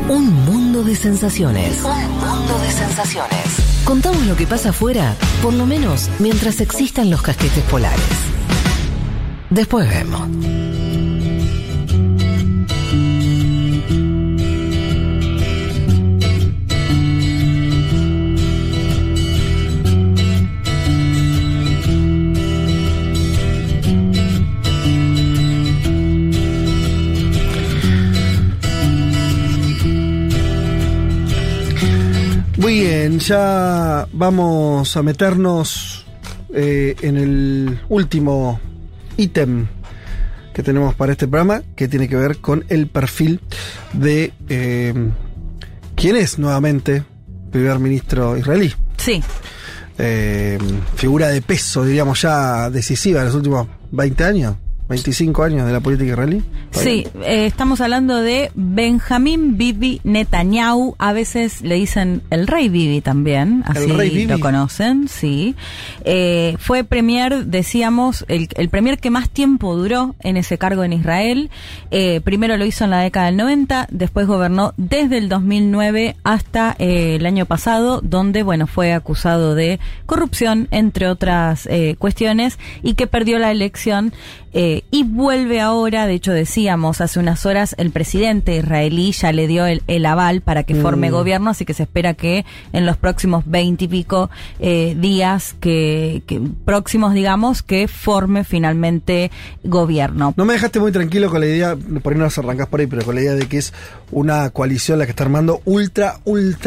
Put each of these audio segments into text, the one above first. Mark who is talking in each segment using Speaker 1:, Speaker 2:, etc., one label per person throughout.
Speaker 1: Un mundo de sensaciones. Un mundo de sensaciones. Contamos lo que pasa afuera, por lo menos mientras existan los casquetes polares. Después vemos.
Speaker 2: Muy bien, ya vamos a meternos en el último ítem que tenemos para este programa, que tiene que ver con el perfil de quién es nuevamente primer ministro israelí.
Speaker 3: Sí.
Speaker 2: Figura de peso, diríamos ya decisiva en los últimos 20 años. 25 años de la política israelí.
Speaker 3: Sí, estamos hablando de Benjamín Bibi Netanyahu. A veces le dicen el rey Bibi también, así lo conocen, sí. Fue premier, decíamos, el premier que más tiempo duró en ese cargo en Israel. Primero lo hizo en la década del 90, después gobernó desde el 2009 hasta el año pasado, donde, bueno, fue acusado de corrupción, entre otras cuestiones, y que perdió la elección. Y vuelve ahora, de hecho decíamos hace unas horas, el presidente israelí ya le dio el aval para que forme gobierno, así que se espera que en los próximos 20 y pico días que próximos, digamos, que forme finalmente gobierno.
Speaker 2: No me dejaste muy tranquilo con la idea, por ahí no nos arrancás por ahí, pero con la idea de que es una coalición la que está armando ultra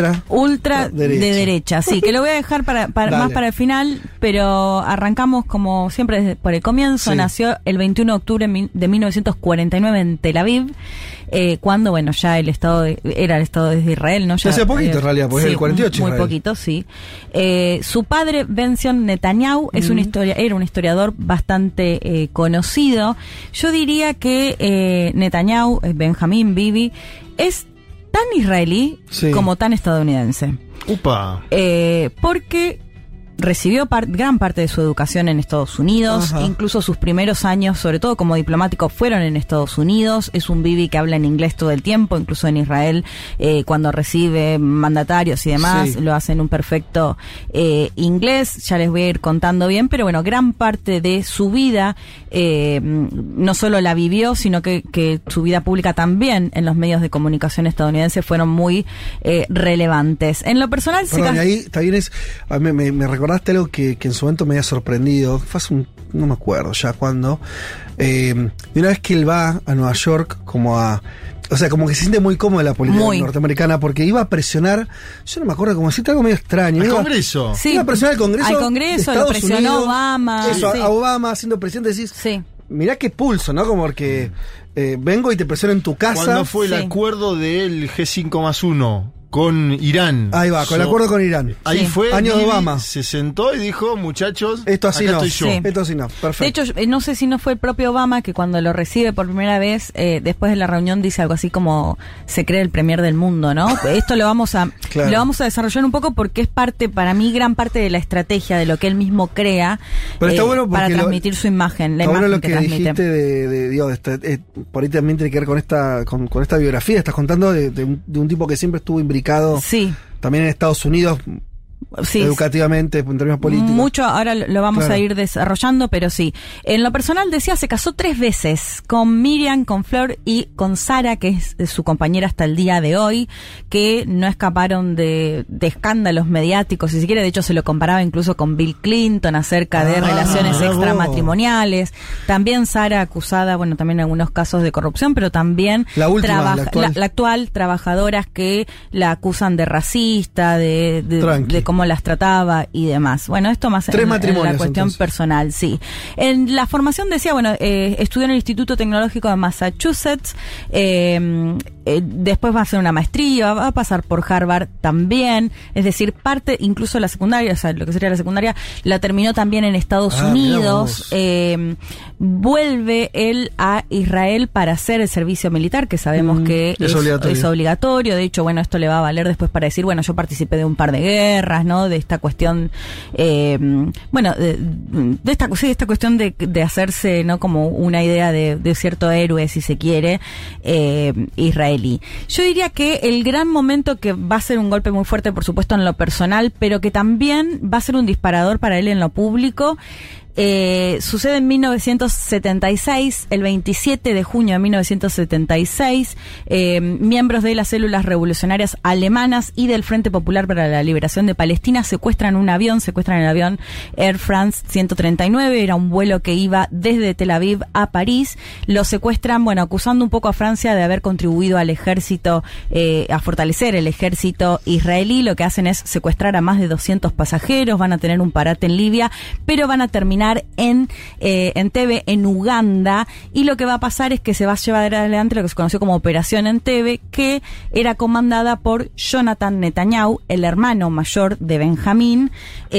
Speaker 3: de derecha, sí, que lo voy a dejar para más para el final, pero arrancamos como siempre por el comienzo. Sí. Nació el 21 de octubre de 1949 en Tel Aviv, cuando, bueno, ya el Estado era el Estado de Israel, ¿no? Ya hace
Speaker 2: poquito, en realidad, porque sí, es el 48.
Speaker 3: Muy poquito, sí. Su padre, Benzion Netanyahu, era un historiador bastante conocido. Yo diría que Netanyahu, Benjamín Bibi, es tan israelí como tan estadounidense.
Speaker 4: ¡Upa!
Speaker 3: Porque recibió gran parte de su educación en Estados Unidos. Ajá. Incluso sus primeros años, sobre todo como diplomático, fueron en Estados Unidos. Es un Bibi que habla en inglés todo el tiempo, incluso en Israel, cuando recibe mandatarios y demás, lo hace en un perfecto inglés. Ya les voy a ir contando bien, pero bueno, gran parte de su vida no solo la vivió, sino que su vida pública también en los medios de comunicación estadounidenses fueron muy relevantes. En lo personal,
Speaker 2: ahí también me recordaste algo que en su momento me había sorprendido. Fue hace no me acuerdo ya cuándo. De una vez que él va a Nueva York, como que se siente muy cómodo en la política norteamericana, porque iba a presionar, yo no me acuerdo, como decirte algo medio extraño.
Speaker 4: ¿Al Congreso?
Speaker 3: Sí,
Speaker 2: iba a presionar al Congreso.
Speaker 3: Al Congreso, lo presionó
Speaker 2: Unidos,
Speaker 3: Obama.
Speaker 2: Eso, a Obama siendo presidente, decís, mirá qué pulso, ¿no? Como que vengo y te presiono en tu casa.
Speaker 4: Cuando fue el acuerdo del G5+1 con Irán.
Speaker 2: Ahí va, con el acuerdo con Irán.
Speaker 4: Ahí fue.
Speaker 2: Año de Obama.
Speaker 4: Se sentó y dijo, muchachos,
Speaker 2: esto así no.
Speaker 4: Esto
Speaker 2: así no. Perfecto.
Speaker 3: De hecho, no sé si no fue el propio Obama que cuando lo recibe por primera vez, después de la reunión dice algo así como se cree el premier del mundo, ¿no? Esto lo vamos a desarrollar un poco porque es para mí, gran parte de la estrategia de lo que él mismo crea.
Speaker 2: Pero está bueno
Speaker 3: para transmitir su imagen, la imagen
Speaker 2: bueno lo
Speaker 3: que
Speaker 2: dijiste
Speaker 3: transmite.
Speaker 2: Por ahí también tiene que ver con esta biografía. Estás contando de un tipo que siempre estuvo imbricado también en Estados Unidos, educativamente, en términos políticos.
Speaker 3: Mucho, ahora lo vamos a ir desarrollando, pero sí. En lo personal, decía, se casó 3 veces, con Miriam, con Flor y con Sara, que es su compañera hasta el día de hoy, que no escaparon de escándalos mediáticos, si se quiere. De hecho, se lo comparaba incluso con Bill Clinton acerca de relaciones extramatrimoniales. También Sara acusada, bueno, también en algunos casos de corrupción, pero también
Speaker 2: la
Speaker 3: actual trabajadoras que la acusan de racista, de cómo las trataba y demás. Bueno, esto más en la cuestión entonces personal, sí. En la formación decía, bueno, estudió en el Instituto Tecnológico de Massachusetts, después va a hacer una maestría, va a pasar por Harvard también, es decir, parte, incluso la secundaria, o sea, lo que sería la secundaria, la terminó también en Estados Unidos. Vuelve él a Israel para hacer el servicio militar, que sabemos que es obligatorio. De hecho, bueno, esto le va a valer después para decir, bueno, yo participé de un par de guerras, ¿no? De esta cuestión, bueno, de esta cuestión de hacerse, ¿no? Como una idea de cierto héroe, si se quiere, israelí. israelí. Yo diría que el gran momento que va a ser un golpe muy fuerte, por supuesto, en lo personal, pero que también va a ser un disparador para él en lo público, sucede en 1976, el 27 de junio de 1976, miembros de las células revolucionarias alemanas y del Frente Popular para la Liberación de Palestina secuestran el avión Air France 139, era un vuelo que iba desde Tel Aviv a París, lo secuestran, acusando un poco a Francia de haber contribuido al ejército, a fortalecer el ejército israelí. Lo que hacen es secuestrar a más de 200 pasajeros, van a tener un parate en Libia, pero van a terminar en Entebbe, en Uganda, y lo que va a pasar es que se va a llevar adelante lo que se conoció como Operación Entebbe, que era comandada por Jonathan Netanyahu, el hermano mayor de Benjamín,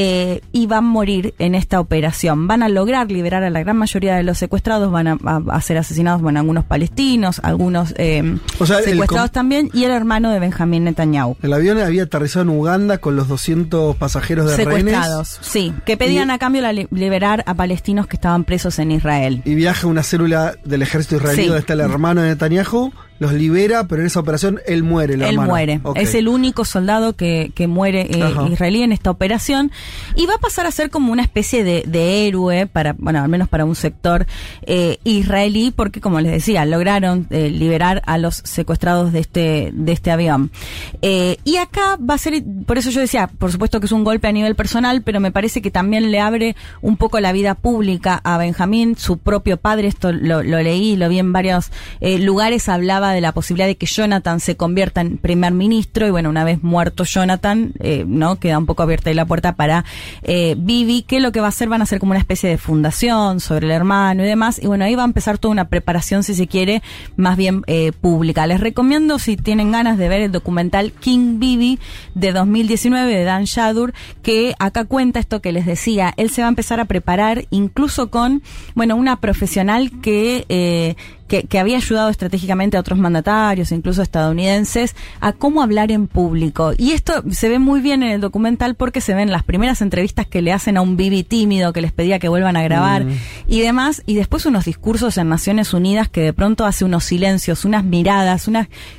Speaker 3: y van a morir en esta operación. Van a lograr liberar a la gran mayoría de los secuestrados, van a ser asesinados, algunos palestinos, algunos secuestrados también, y el hermano de Benjamín Netanyahu.
Speaker 2: El avión había aterrizado en Uganda con los 200 pasajeros de
Speaker 3: secuestrados,
Speaker 2: rehenes.
Speaker 3: Sí, que pedían a cambio liberar a palestinos que estaban presos en Israel.
Speaker 2: Y viaja una célula del ejército israelí donde está el hermano de Netanyahu, los libera, pero en esa operación él muere, el hermano. Él muere.
Speaker 3: Okay. Es el único soldado que muere israelí en esta operación, y va a pasar a ser como una especie de héroe para, al menos para un sector israelí, porque, como les decía, lograron liberar a los secuestrados de este avión. Y acá va a ser, por eso yo decía, por supuesto que es un golpe a nivel personal, pero me parece que también le abre un poco la vida pública a Benjamín. Su propio padre, esto lo leí, lo vi en varios lugares, hablaba de la posibilidad de que Jonathan se convierta en primer ministro, y una vez muerto Jonathan, queda un poco abierta ahí la puerta para Bibi, que lo que va a hacer, van a hacer como una especie de fundación sobre el hermano y demás, y ahí va a empezar toda una preparación, si se quiere, más bien pública. Les recomiendo, si tienen ganas de ver el documental King Bibi de 2019 de Dan Shadur, que acá cuenta esto que les decía. Él se va a empezar a preparar incluso con, una profesional que había ayudado estratégicamente a otros mandatarios, incluso estadounidenses, a cómo hablar en público. Y esto se ve muy bien en el documental porque se ven las primeras entrevistas que le hacen a un Bibi tímido que les pedía que vuelvan a grabar y demás, y después unos discursos en Naciones Unidas que de pronto hace unos silencios, unas miradas,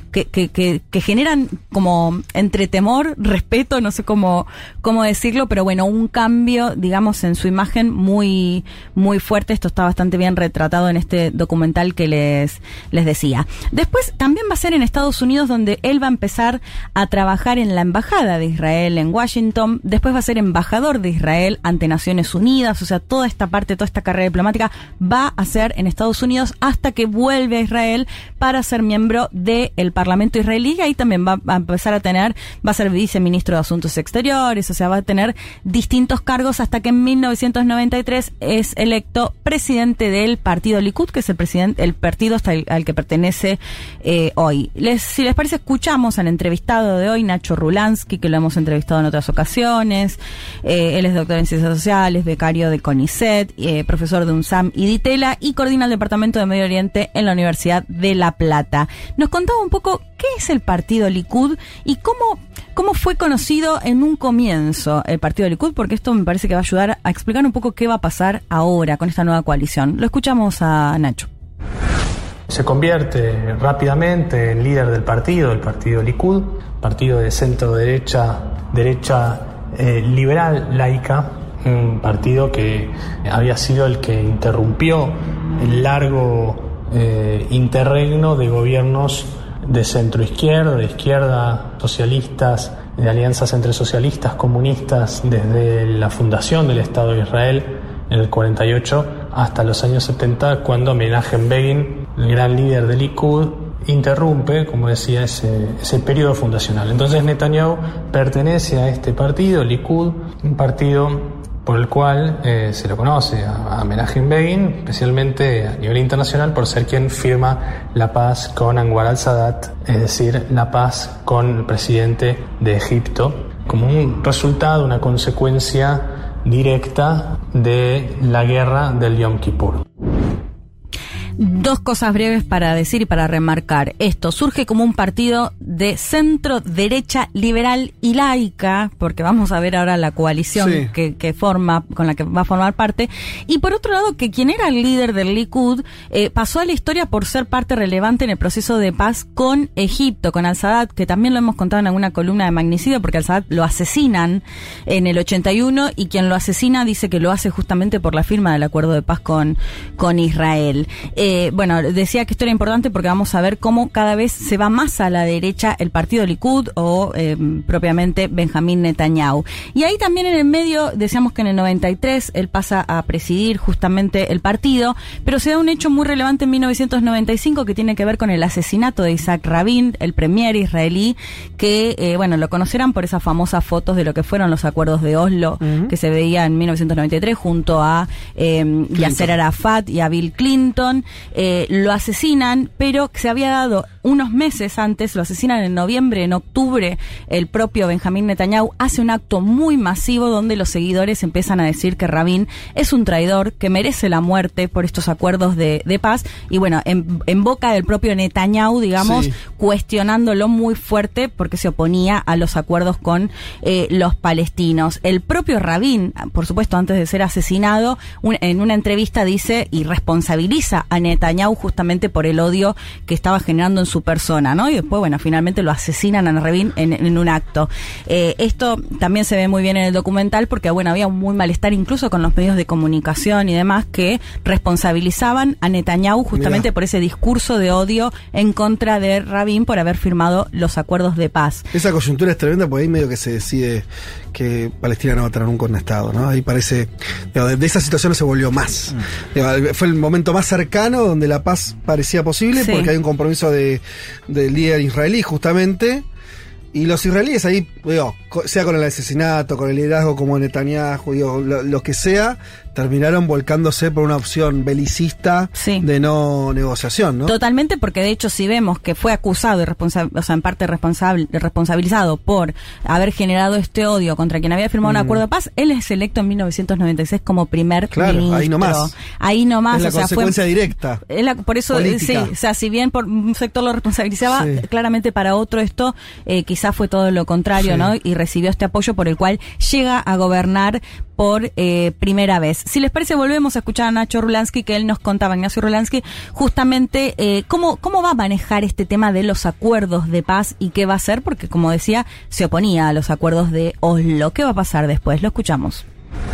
Speaker 3: que generan como entre temor, respeto, no sé cómo decirlo, pero un cambio, digamos, en su imagen muy, muy fuerte. Esto está bastante bien retratado en este documental que les decía. Después también va a ser en Estados Unidos, donde él va a empezar a trabajar en la embajada de Israel en Washington. Después va a ser embajador de Israel ante Naciones Unidas. O sea, toda esta carrera diplomática va a ser en Estados Unidos hasta que vuelve a Israel para ser miembro del Parlamento israelí. Y ahí también va a empezar va a ser viceministro de Asuntos Exteriores. O sea, va a tener distintos cargos hasta que en 1993 es electo presidente del partido Likud, que es el partido hasta al que pertenece hoy. Si les parece, escuchamos al entrevistado de hoy, Nacho Rulansky, que lo hemos entrevistado en otras ocasiones. Él es doctor en Ciencias Sociales, becario de CONICET, profesor de UNSAM y DITELA, y coordina el Departamento de Medio Oriente en la Universidad de La Plata. Nos contaba un poco qué es el partido Likud y cómo fue conocido en un comienzo el partido Likud, porque esto me parece que va a ayudar a explicar un poco qué va a pasar ahora con esta nueva coalición. Lo escuchamos a Nacho.
Speaker 5: Se convierte rápidamente en líder del partido Likud, partido de centro-derecha, liberal, laica, un partido que había sido el que interrumpió el largo interregno de gobiernos de centro-izquierda, de izquierda, socialistas, de alianzas entre socialistas, comunistas, desde la fundación del Estado de Israel en el 48 hasta los años 70, cuando Menachem Begin, el gran líder del Likud, interrumpe, como decía, ese periodo fundacional. Entonces Netanyahu pertenece a este partido, Likud, un partido por el cual se lo conoce a Menachem Begin, especialmente a nivel internacional, por ser quien firma la paz con Anwar al-Sadat, es decir, la paz con el presidente de Egipto, como un resultado, una consecuencia directa de la guerra del Yom Kippur.
Speaker 3: Dos cosas breves para decir y para remarcar. Esto surge como un partido de centro derecha liberal y laica, porque vamos a ver ahora la coalición que forma, con la que va a formar parte. Y por otro lado, que quien era el líder del Likud pasó a la historia por ser parte relevante en el proceso de paz con Egipto, con al-Sadat, que también lo hemos contado en alguna columna de Magnicidio, porque al-Sadat lo asesinan en el 81 y quien lo asesina dice que lo hace justamente por la firma del acuerdo de paz con Israel. Bueno, decía que esto era importante porque vamos a ver cómo cada vez se va más a la derecha el partido Likud o propiamente Benjamín Netanyahu. Y ahí también en el medio, decíamos que en el 93 él pasa a presidir justamente el partido, pero se da un hecho muy relevante en 1995 que tiene que ver con el asesinato de Isaac Rabin, el premier israelí, que, bueno, lo conocerán por esas famosas fotos de lo que fueron los acuerdos de Oslo, que se veía en 1993 junto a Yasser Arafat y a Bill Clinton. Lo asesinan, pero se había dado unos meses antes, lo asesinan en noviembre, en octubre, el propio Benjamín Netanyahu hace un acto muy masivo donde los seguidores empiezan a decir que Rabin es un traidor, que merece la muerte por estos acuerdos de paz, y bueno, en boca del propio Netanyahu, digamos, cuestionándolo muy fuerte porque se oponía a los acuerdos con los palestinos. El propio Rabin, por supuesto, antes de ser asesinado, en una entrevista dice y responsabiliza a Netanyahu justamente por el odio que estaba generando en su persona, ¿no? Y después, bueno, finalmente lo asesinan a Rabin en un acto. Esto también se ve muy bien en el documental porque, bueno, había un muy malestar incluso con los medios de comunicación y demás que responsabilizaban a Netanyahu justamente por ese discurso de odio en contra de Rabin por haber firmado los acuerdos de paz.
Speaker 2: Esa coyuntura es tremenda porque ahí medio que se decide que Palestina no va a tener nunca un Estado, ¿no? Ahí parece, de esa situación se volvió más. Fue el momento más cercano donde la paz parecía posible porque hay un compromiso del líder israelí justamente. Y los israelíes ahí, sea con el asesinato, con el liderazgo como Netanyahu, lo que sea, terminaron volcándose por una opción belicista de no negociación, ¿no?
Speaker 3: Totalmente, porque de hecho si vemos que fue acusado y en parte responsabilizado por haber generado este odio contra quien había firmado un acuerdo de paz, él es electo en 1996 como primer ministro. Ahí nomás.
Speaker 2: Es la consecuencia directa.
Speaker 3: Por eso, política. O sea, si bien por un sector lo responsabilizaba, claramente para otro esto quizás fue todo lo contrario, ¿no? Y recibió este apoyo por el cual llega a gobernar por primera vez. Si les parece, volvemos a escuchar a Nacho Rulansky, que él nos contaba, Ignacio Rulansky, justamente cómo va a manejar este tema de los acuerdos de paz y qué va a hacer, porque como decía, se oponía a los acuerdos de Oslo. ¿Qué va a pasar después? Lo escuchamos.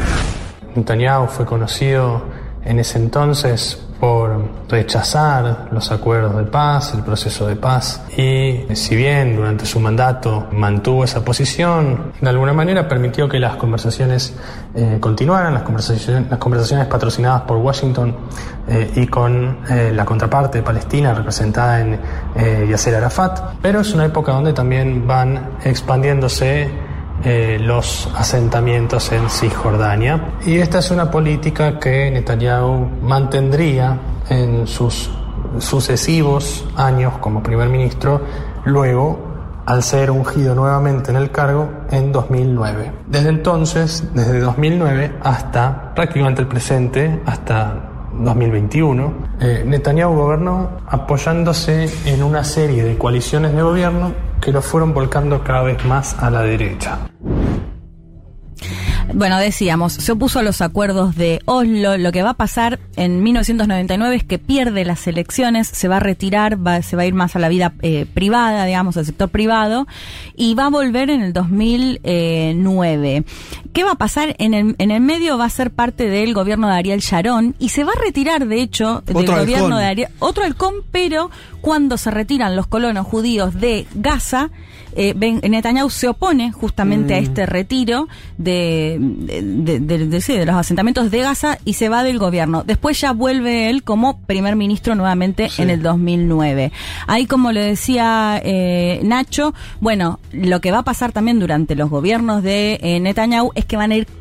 Speaker 5: Netanyahu fue conocido en ese entonces por rechazar los acuerdos de paz, el proceso de paz, y si bien durante su mandato mantuvo esa posición, de alguna manera permitió que las conversaciones continuaran, las conversaciones patrocinadas por Washington y con la contraparte palestina representada en Yasser Arafat, pero es una época donde también van expandiéndose los asentamientos en Cisjordania, y esta es una política que Netanyahu mantendría en sus sucesivos años como primer ministro, luego al ser ungido nuevamente en el cargo en 2009. Desde entonces, desde 2009 hasta prácticamente el presente, hasta 2021, Netanyahu gobernó apoyándose en una serie de coaliciones de gobierno que lo fueron volcando cada vez más a la derecha.
Speaker 3: Bueno, decíamos, se opuso a los acuerdos de Oslo. Lo que va a pasar en 1999 es que pierde las elecciones, se va a retirar, se va a ir más a la vida privada, digamos, al sector privado, y va a volver en el 2009. ¿Qué va a pasar? En el medio va a ser parte del gobierno de Ariel Sharon y se va a retirar, de hecho, del gobierno de Ariel, otro halcón, pero cuando se retiran los colonos judíos de Gaza, Netanyahu se opone justamente a este retiro de los asentamientos de Gaza y se va del gobierno. Después ya vuelve él como primer ministro nuevamente en el 2009. Ahí, como le decía Nacho, bueno, lo que va a pasar también durante los gobiernos de Netanyahu es que van a ir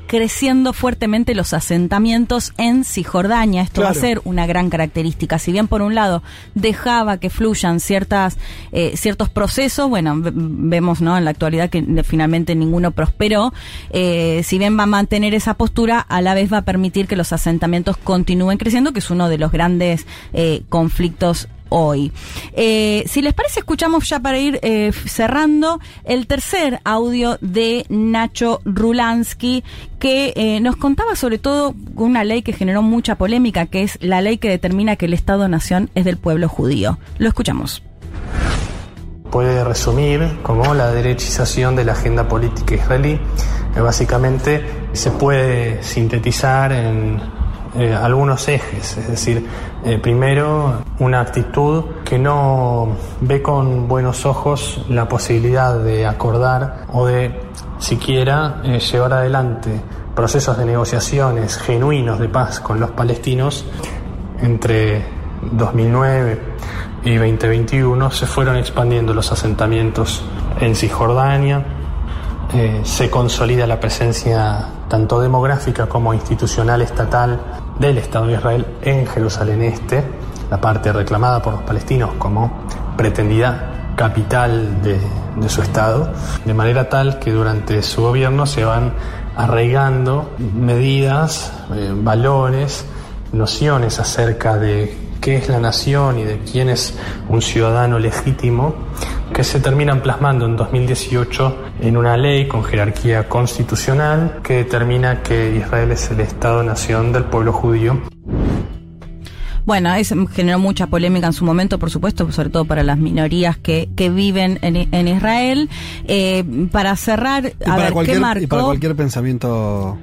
Speaker 3: creciendo fuertemente los asentamientos en Cisjordania. Esto va a ser una gran característica. Si bien por un lado dejaba que fluyan ciertos procesos, bueno, vemos, ¿no?, en la actualidad que finalmente ninguno prosperó. Si bien va a mantener esa postura, a la vez va a permitir que los asentamientos continúen creciendo, que es uno de los grandes conflictos hoy. Si les parece, escuchamos ya para ir cerrando el tercer audio de Nacho Rulansky, que nos contaba sobre todo una ley que generó mucha polémica, que es la ley que determina que el Estado-Nación es del pueblo judío. Lo escuchamos.
Speaker 5: Puede resumir como la derechización de la agenda política israelí. Básicamente se puede sintetizar en algunos ejes, es decir, primero, una actitud que no ve con buenos ojos la posibilidad de acordar o de siquiera llevar adelante procesos de negociaciones genuinos de paz con los palestinos. Entre 2009 y 2021 se fueron expandiendo los asentamientos en Cisjordania, se consolida la presencia tanto demográfica como institucional estatal del Estado de Israel en Jerusalén Este, la parte reclamada por los palestinos como pretendida capital de su Estado, de manera tal que durante su gobierno se van arraigando medidas, valores, nociones acerca de qué es la nación y de quién es un ciudadano legítimo, que se terminan plasmando en 2018 en una ley con jerarquía constitucional que determina que Israel es el Estado-nación del pueblo judío.
Speaker 3: Bueno, eso generó mucha polémica en su momento, por supuesto, sobre todo para las minorías que viven en Israel. Para cerrar, ¿qué marcó?
Speaker 2: Y para cualquier pensamiento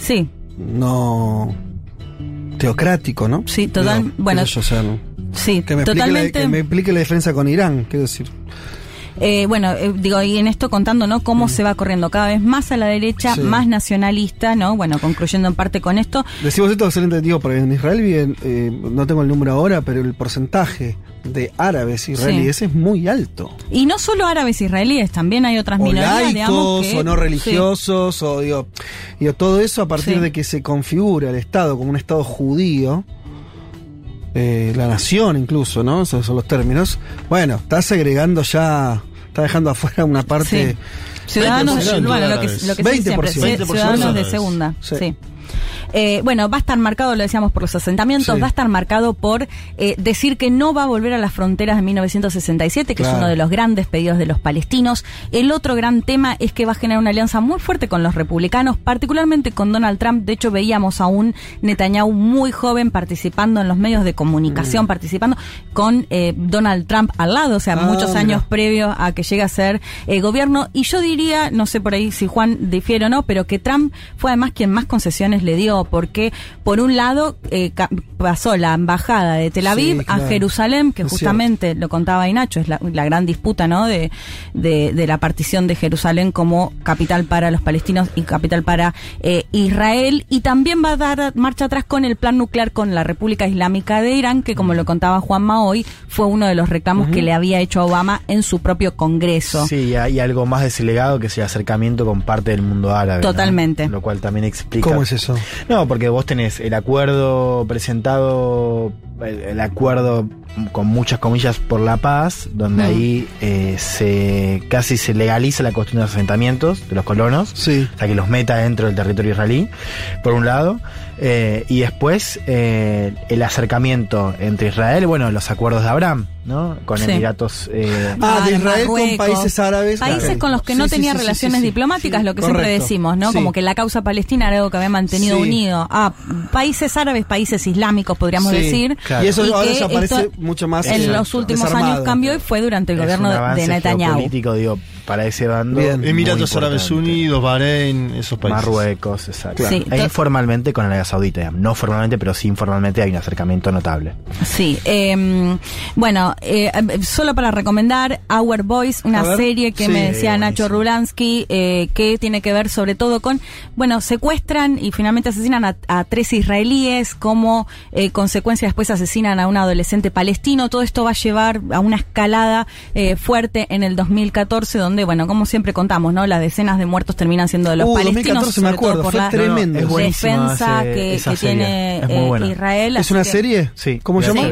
Speaker 2: no teocrático, ¿no?
Speaker 3: Sí, total. Bueno, sí, totalmente.
Speaker 2: Que me explique la diferencia con Irán, quiero decir.
Speaker 3: Y en esto contando, ¿no?, cómo se va corriendo cada vez más a la derecha, más nacionalista, ¿no? Bueno, concluyendo en parte con esto.
Speaker 2: Decimos esto excelente, digo, porque en Israel viven, no tengo el número ahora, pero el porcentaje de árabes israelíes es muy alto.
Speaker 3: Y no solo árabes israelíes, también hay otras minorías,
Speaker 2: laicos,
Speaker 3: digamos, que,
Speaker 2: o no religiosos, o digo, todo eso a partir de que se configura el Estado como un Estado judío. La nación incluso, ¿no? Esos son los términos. Bueno, está segregando ya, está dejando afuera una parte.
Speaker 3: Ciudadanos, lo que se dice siempre, ciudadanos de segunda. Sí. Va a estar marcado, lo decíamos, por los asentamientos, va a estar marcado por decir que no va a volver a las fronteras de 1967, que es uno de los grandes pedidos de los palestinos. El otro gran tema es que va a generar una alianza muy fuerte con los republicanos, particularmente con Donald Trump. De hecho, veíamos a un Netanyahu muy joven participando en los medios de comunicación, participando con Donald Trump al lado, o sea, muchos años previos a que llegue a ser gobierno. Y yo diría, no sé por ahí si Juan difiere o no, pero que Trump fue además quien más concesiones le dio, porque por un lado pasó la embajada de Tel Aviv a Jerusalén, que justamente lo contaba Nacho, es la gran disputa, ¿no?, de la partición de Jerusalén como capital para los palestinos y capital para Israel, y también va a dar marcha atrás con el plan nuclear con la República Islámica de Irán, que, como lo contaba Juanma hoy, fue uno de los reclamos que le había hecho a Obama en su propio Congreso.
Speaker 6: Sí, y algo más de ese legado, que es el acercamiento con parte del mundo árabe.
Speaker 3: Totalmente.
Speaker 6: ¿no? Lo cual también explica.
Speaker 2: ¿Cómo es eso?
Speaker 6: No, porque vos tenés el acuerdo presentado, el acuerdo con muchas comillas por la paz, donde ahí casi se legaliza la construcción de los asentamientos de los colonos, o sea, que los meta dentro del territorio israelí, por un lado, y después el acercamiento entre Israel, los acuerdos de Abraham, ¿no? Con Emiratos
Speaker 2: de Israel, Marruecos, con países árabes,
Speaker 3: países con los que no tenía relaciones diplomáticas, lo que siempre decimos, ¿no? Como que la causa palestina era algo que había mantenido unido a países árabes, países islámicos, podríamos decir.
Speaker 2: Claro. Y eso ahora ya aparece mucho más
Speaker 3: en los últimos años cambió, y fue durante el gobierno de Netanyahu.
Speaker 6: Político, para ese bando.
Speaker 4: Emiratos Árabes Unidos, Bahrein, esos países.
Speaker 6: Marruecos, exacto. Sí, e informalmente con Arabia Saudita, no formalmente, pero sí informalmente hay un acercamiento notable.
Speaker 3: Sí. Bueno, solo para recomendar Our Boys, una serie que me decía Nacho Rulansky, que tiene que ver sobre todo con, bueno, secuestran y finalmente asesinan a 3 israelíes, como consecuencia después asesinan a un adolescente palestino. Todo esto va a llevar a una escalada fuerte en el 2014, donde, bueno, como siempre contamos, ¿no? Las decenas de muertos terminan siendo de los palestinos.
Speaker 2: 2014 me acuerdo,
Speaker 3: por
Speaker 2: fue tremendo.
Speaker 3: Es defensa que tiene Israel.
Speaker 2: ¿Es una serie?
Speaker 6: Sí.
Speaker 2: ¿Cómo se llama?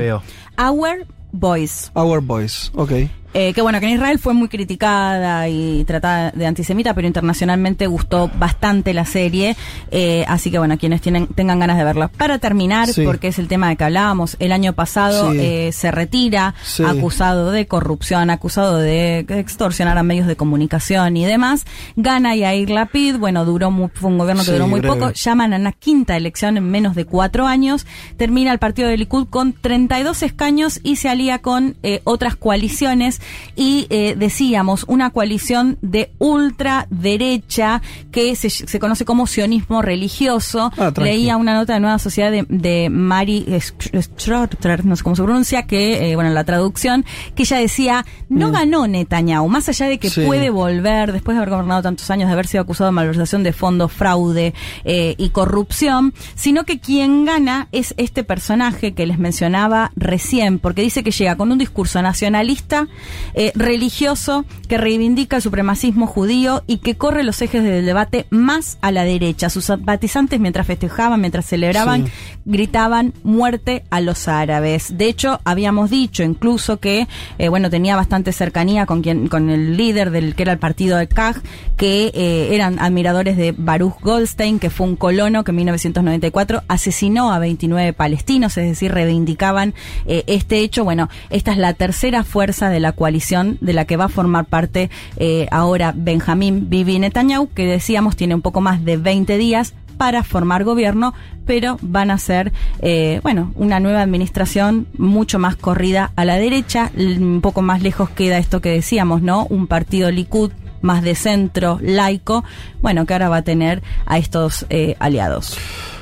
Speaker 3: Our Boys.
Speaker 2: Our Boys, ok.
Speaker 3: Que bueno, que en Israel fue muy criticada y tratada de antisemita, pero internacionalmente gustó bastante la serie, así que bueno, quienes tengan ganas de verla. Para terminar, porque es el tema de que hablábamos, el año pasado se retira, acusado de corrupción, acusado de extorsionar a medios de comunicación y demás. Gana Yair Lapid, bueno, fue un gobierno que duró muy poco, llaman a una quinta elección en menos de 4 años, termina el partido de Likud con 32 escaños y se alía con otras coaliciones. Y decíamos, una coalición de ultraderecha que se conoce como sionismo religioso. Leía una nota de Nueva Sociedad de Mari Strotter, no sé cómo se pronuncia, que, bueno, la traducción, que ella decía, no ganó Netanyahu, más allá de que puede volver, después de haber gobernado tantos años, de haber sido acusado de malversación de fondos, fraude y corrupción, sino que quien gana es este personaje que les mencionaba recién, porque dice que llega con un discurso nacionalista, religioso, que reivindica el supremacismo judío y que corre los ejes del debate más a la derecha. Sus simpatizantes, mientras festejaban, mientras celebraban, gritaban muerte a los árabes. De hecho, habíamos dicho incluso que bueno, tenía bastante cercanía con el líder del que era el partido de Kaj, que eran admiradores de Baruch Goldstein, que fue un colono que en 1994 asesinó a 29 palestinos, es decir, reivindicaban este hecho. Bueno, esta es la tercera fuerza de la coalición de la que va a formar parte ahora Benjamín Bibi Netanyahu, que decíamos tiene un poco más de 20 días para formar gobierno, pero van a ser, bueno, una nueva administración mucho más corrida a la derecha. Un poco más lejos queda esto que decíamos, ¿no? Un partido Likud más de centro, laico, bueno, que ahora va a tener a estos aliados.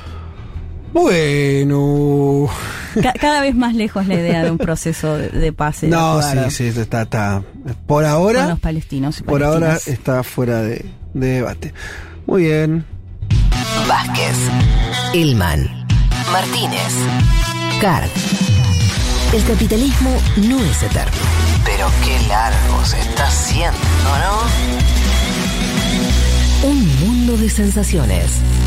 Speaker 2: Bueno.
Speaker 3: Cada vez más lejos la idea de un proceso de paz.
Speaker 2: No, sí, está. Por ahora.
Speaker 3: Con los palestinos y
Speaker 2: por ahora está fuera de debate. Muy bien.
Speaker 1: Vázquez, Ilman, Martínez, Carg. El capitalismo no es eterno. Pero qué largo se está haciendo, ¿no? Un mundo de sensaciones.